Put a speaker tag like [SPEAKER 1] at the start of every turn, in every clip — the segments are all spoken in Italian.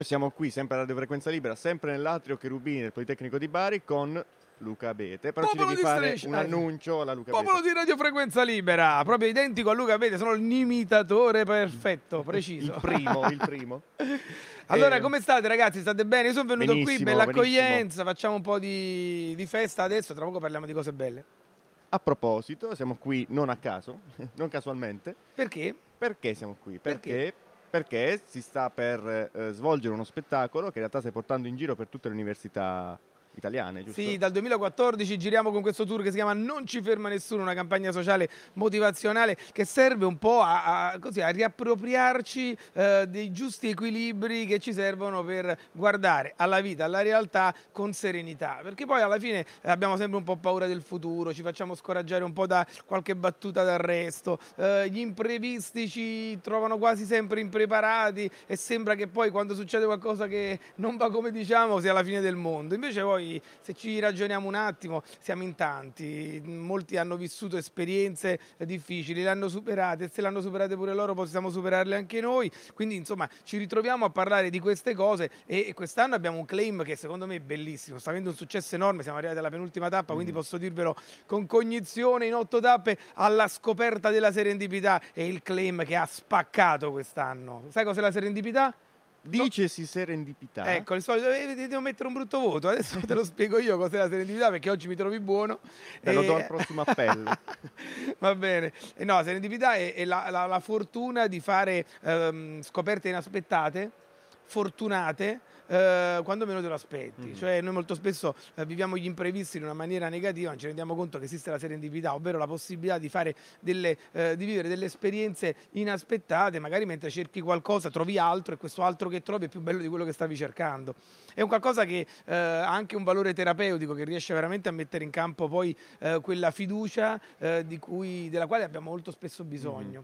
[SPEAKER 1] Siamo qui sempre a Radio Frequenza Libera, sempre nell'atrio Cherubini del Politecnico di Bari con Luca Abete. Però
[SPEAKER 2] Popolo
[SPEAKER 1] ci
[SPEAKER 2] di
[SPEAKER 1] devi fare
[SPEAKER 2] Striscia.
[SPEAKER 1] un annuncio alla Luca
[SPEAKER 2] Popolo
[SPEAKER 1] Abete.
[SPEAKER 2] di Radio Frequenza Libera, proprio identico a Luca Abete, sono l'imitatore perfetto, preciso.
[SPEAKER 1] Il primo, il primo.
[SPEAKER 2] Allora, come state ragazzi? State bene? Io sono venuto qui,
[SPEAKER 1] Benissimo,
[SPEAKER 2] bella
[SPEAKER 1] benissimo.
[SPEAKER 2] accoglienza, facciamo un po' di festa adesso, tra poco parliamo di cose belle.
[SPEAKER 1] A proposito, siamo qui non a caso, non casualmente.
[SPEAKER 2] Perché?
[SPEAKER 1] Perché siamo qui?
[SPEAKER 2] Perché?
[SPEAKER 1] Perché si sta per svolgere uno spettacolo che in realtà stai portando in giro per tutte le università italiane, giusto?
[SPEAKER 2] Sì, dal 2014 giriamo con questo tour che si chiama Non ci ferma nessuno, una campagna sociale motivazionale che serve un po' così, a riappropriarci dei giusti equilibri che ci servono per guardare alla vita, alla realtà con serenità. Perché poi alla fine abbiamo sempre un po' paura del futuro, ci facciamo scoraggiare un po' da qualche battuta d'arresto, gli imprevisti ci trovano quasi sempre impreparati e sembra che poi quando succede qualcosa che non va come diciamo sia la fine del mondo. Invece poi se ci ragioniamo un attimo, siamo in tanti, molti hanno vissuto esperienze difficili, le hanno superate, e se l'hanno superate pure loro possiamo superarle anche noi, quindi insomma ci ritroviamo a parlare di queste cose e quest'anno abbiamo un claim che secondo me è bellissimo, sta avendo un successo enorme, siamo arrivati alla penultima tappa, quindi posso dirvelo con cognizione, in 8 tappe alla scoperta della serendipità, è il claim che ha spaccato quest'anno. Sai cos'è la serendipità? No.
[SPEAKER 1] Dicesi serendipità.
[SPEAKER 2] Ecco, il solito, devo mettere un brutto voto. Adesso te lo spiego io cos'è la serendipità perché oggi mi trovi buono.
[SPEAKER 1] Te lo do al prossimo appello.
[SPEAKER 2] Va bene. No, la serendipità è la fortuna di fare scoperte inaspettate, fortunate, quando meno te lo aspetti. Cioè noi molto spesso viviamo gli imprevisti in una maniera negativa, non ci rendiamo conto che esiste la serendipità, ovvero la possibilità di fare di vivere delle esperienze inaspettate, magari mentre cerchi qualcosa trovi altro e questo altro che trovi è più bello di quello che stavi cercando. È un qualcosa che ha anche un valore terapeutico, che riesce veramente a mettere in campo poi quella fiducia della quale abbiamo molto spesso bisogno.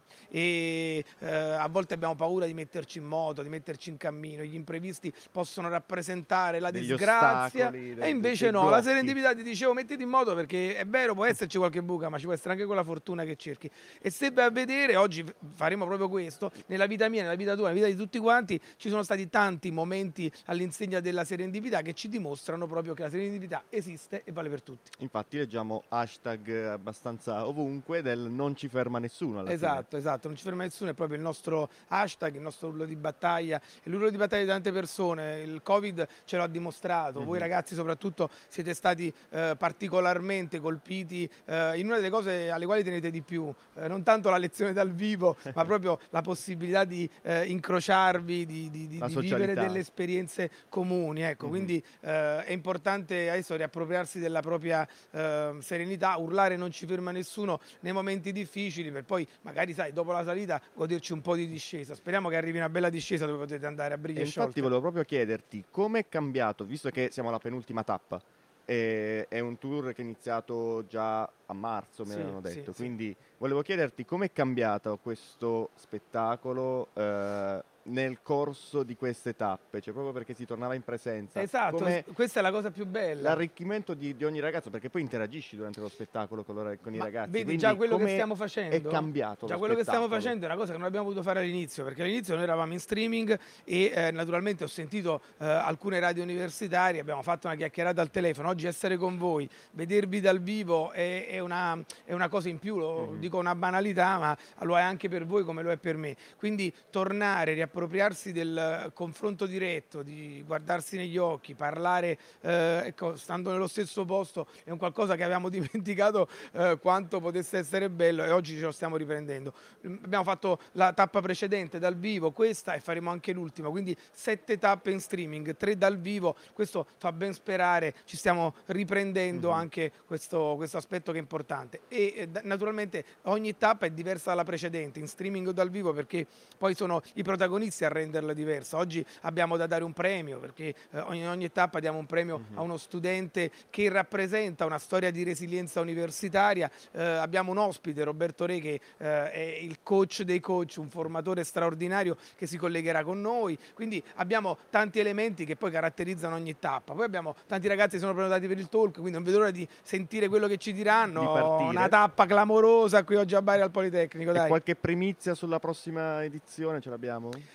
[SPEAKER 2] E a volte abbiamo paura di metterci in moto, di metterci in cammino, gli imprevisti possono rappresentare la
[SPEAKER 1] Degli
[SPEAKER 2] disgrazia
[SPEAKER 1] ostacoli,
[SPEAKER 2] e invece
[SPEAKER 1] dei
[SPEAKER 2] no, la
[SPEAKER 1] blocchi.
[SPEAKER 2] serendipità ti dicevo mettiti in moto perché è vero, può esserci qualche buca, ma ci può essere anche quella fortuna che cerchi. E se vai a vedere, oggi faremo proprio questo, nella vita mia, nella vita tua, nella vita di tutti quanti, ci sono stati tanti momenti all'insegna della serendipità che ci dimostrano proprio che la serendipità esiste e vale per tutti.
[SPEAKER 1] Infatti leggiamo hashtag abbastanza ovunque del non ci ferma nessuno alla fine.
[SPEAKER 2] Esatto, non ci ferma nessuno, è proprio il nostro hashtag, il nostro urlo di battaglia, è l'urlo di battaglia di tante persone. Il Covid ce l'ha dimostrato, voi ragazzi soprattutto siete stati particolarmente colpiti in una delle cose alle quali tenete di più, non tanto la lezione dal vivo, ma proprio la possibilità di incrociarvi, di
[SPEAKER 1] La
[SPEAKER 2] vivere
[SPEAKER 1] socialità.
[SPEAKER 2] delle esperienze comuni. Ecco, quindi è importante adesso riappropriarsi della propria serenità, urlare non ci ferma nessuno nei momenti difficili per poi magari sai dopo la salita goderci un po' di discesa. Speriamo che arrivi una bella discesa dove potete andare a briglie
[SPEAKER 1] E infatti
[SPEAKER 2] sciolte.
[SPEAKER 1] volevo proprio chiederti come è cambiato, visto che siamo alla penultima tappa, è un tour che è iniziato già a marzo, mi
[SPEAKER 2] Sì,
[SPEAKER 1] avevano
[SPEAKER 2] sì,
[SPEAKER 1] detto,
[SPEAKER 2] sì.
[SPEAKER 1] quindi volevo chiederti come è cambiato questo spettacolo nel corso di queste tappe, cioè proprio perché si tornava in presenza.
[SPEAKER 2] Esatto,
[SPEAKER 1] Come
[SPEAKER 2] questa è la cosa più bella.
[SPEAKER 1] l'arricchimento di ogni ragazzo, perché poi interagisci durante lo spettacolo con i
[SPEAKER 2] Ma
[SPEAKER 1] ragazzi.
[SPEAKER 2] vedi
[SPEAKER 1] Quindi
[SPEAKER 2] già quello che
[SPEAKER 1] come
[SPEAKER 2] stiamo
[SPEAKER 1] è
[SPEAKER 2] facendo?
[SPEAKER 1] cambiato
[SPEAKER 2] Già
[SPEAKER 1] lo
[SPEAKER 2] quello che stiamo
[SPEAKER 1] spettacolo?
[SPEAKER 2] facendo è una cosa che non abbiamo potuto fare all'inizio, perché all'inizio noi eravamo in streaming e naturalmente ho sentito alcune radio universitarie, abbiamo fatto una chiacchierata al telefono, oggi essere con voi, vedervi dal vivo è una cosa in più, lo dico una banalità, ma lo è anche per voi come lo è per me. Quindi tornare, riappropriarsi del confronto diretto, di guardarsi negli occhi, parlare, ecco, stando nello stesso posto, è un qualcosa che avevamo dimenticato quanto potesse essere bello e oggi ce lo stiamo riprendendo. Abbiamo fatto la tappa precedente dal vivo, questa e faremo anche l'ultima, quindi 7 tappe in streaming, 3 dal vivo, questo fa ben sperare, ci stiamo riprendendo anche questo aspetto che è importante e naturalmente ogni tappa è diversa dalla precedente, in streaming o dal vivo, perché poi sono i protagonisti a renderla diversa. Oggi abbiamo da dare un premio perché in ogni tappa diamo un premio a uno studente che rappresenta una storia di resilienza universitaria. Abbiamo un ospite, Roberto Re, che è il coach dei coach, un formatore straordinario che si collegherà con noi. Quindi abbiamo tanti elementi che poi caratterizzano ogni tappa. Poi abbiamo tanti ragazzi che sono prenotati per il talk, quindi non vedo l'ora di sentire quello che ci diranno.
[SPEAKER 1] Di partire.
[SPEAKER 2] Una tappa clamorosa qui oggi a Bari al Politecnico,
[SPEAKER 1] E
[SPEAKER 2] dai.
[SPEAKER 1] qualche primizia sulla prossima edizione ce l'abbiamo?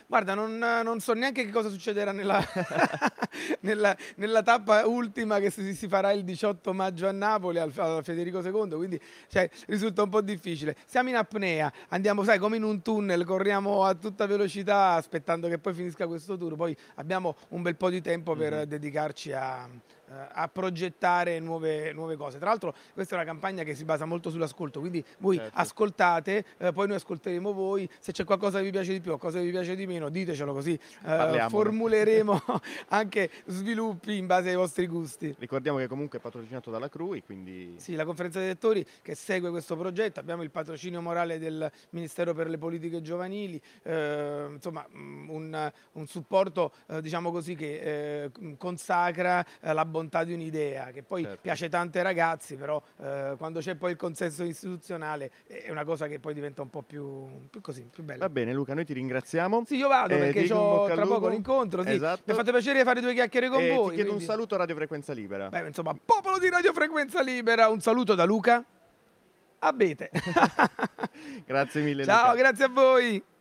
[SPEAKER 2] Guarda, non so neanche che cosa succederà nella nella tappa ultima che si farà il 18 maggio a Napoli al Federico II, quindi cioè, risulta un po' difficile. Siamo in apnea, andiamo, sai, come in un tunnel, corriamo a tutta velocità aspettando che poi finisca questo tour. Poi abbiamo un bel po' di tempo per dedicarci a progettare nuove cose. Tra l'altro questa è una campagna che si basa molto sull'ascolto, quindi voi
[SPEAKER 1] Certo.
[SPEAKER 2] ascoltate, poi noi ascolteremo voi, se c'è qualcosa che vi piace di più o cosa vi piace di meno, ditecelo, così
[SPEAKER 1] Parliamone.
[SPEAKER 2] formuleremo anche sviluppi in base ai vostri gusti.
[SPEAKER 1] Ricordiamo che comunque è patrocinato dalla CRUI, quindi
[SPEAKER 2] Sì, la conferenza dei rettori che segue questo progetto, abbiamo il patrocinio morale del Ministero per le politiche giovanili, insomma un supporto diciamo così che consacra la bontà di un'idea, che poi
[SPEAKER 1] certo.
[SPEAKER 2] piace tanto ai ragazzi, però quando c'è poi il consenso istituzionale è una cosa che poi diventa un po' più così, più bella.
[SPEAKER 1] Va bene Luca, noi ti ringraziamo.
[SPEAKER 2] Sì, io vado
[SPEAKER 1] Ti
[SPEAKER 2] perché
[SPEAKER 1] dico in
[SPEAKER 2] ho
[SPEAKER 1] bocca al
[SPEAKER 2] tra poco
[SPEAKER 1] lupo.
[SPEAKER 2] l'incontro, sì. Mi
[SPEAKER 1] Esatto.
[SPEAKER 2] ha fatto piacere fare due chiacchiere con
[SPEAKER 1] E
[SPEAKER 2] voi.
[SPEAKER 1] ti chiedo un
[SPEAKER 2] quindi-
[SPEAKER 1] saluto a Radio Frequenza Libera.
[SPEAKER 2] Beh, insomma, popolo di Radio Frequenza Libera, un saluto da Luca Abete.
[SPEAKER 1] Grazie mille
[SPEAKER 2] Ciao,
[SPEAKER 1] Luca.
[SPEAKER 2] grazie a voi.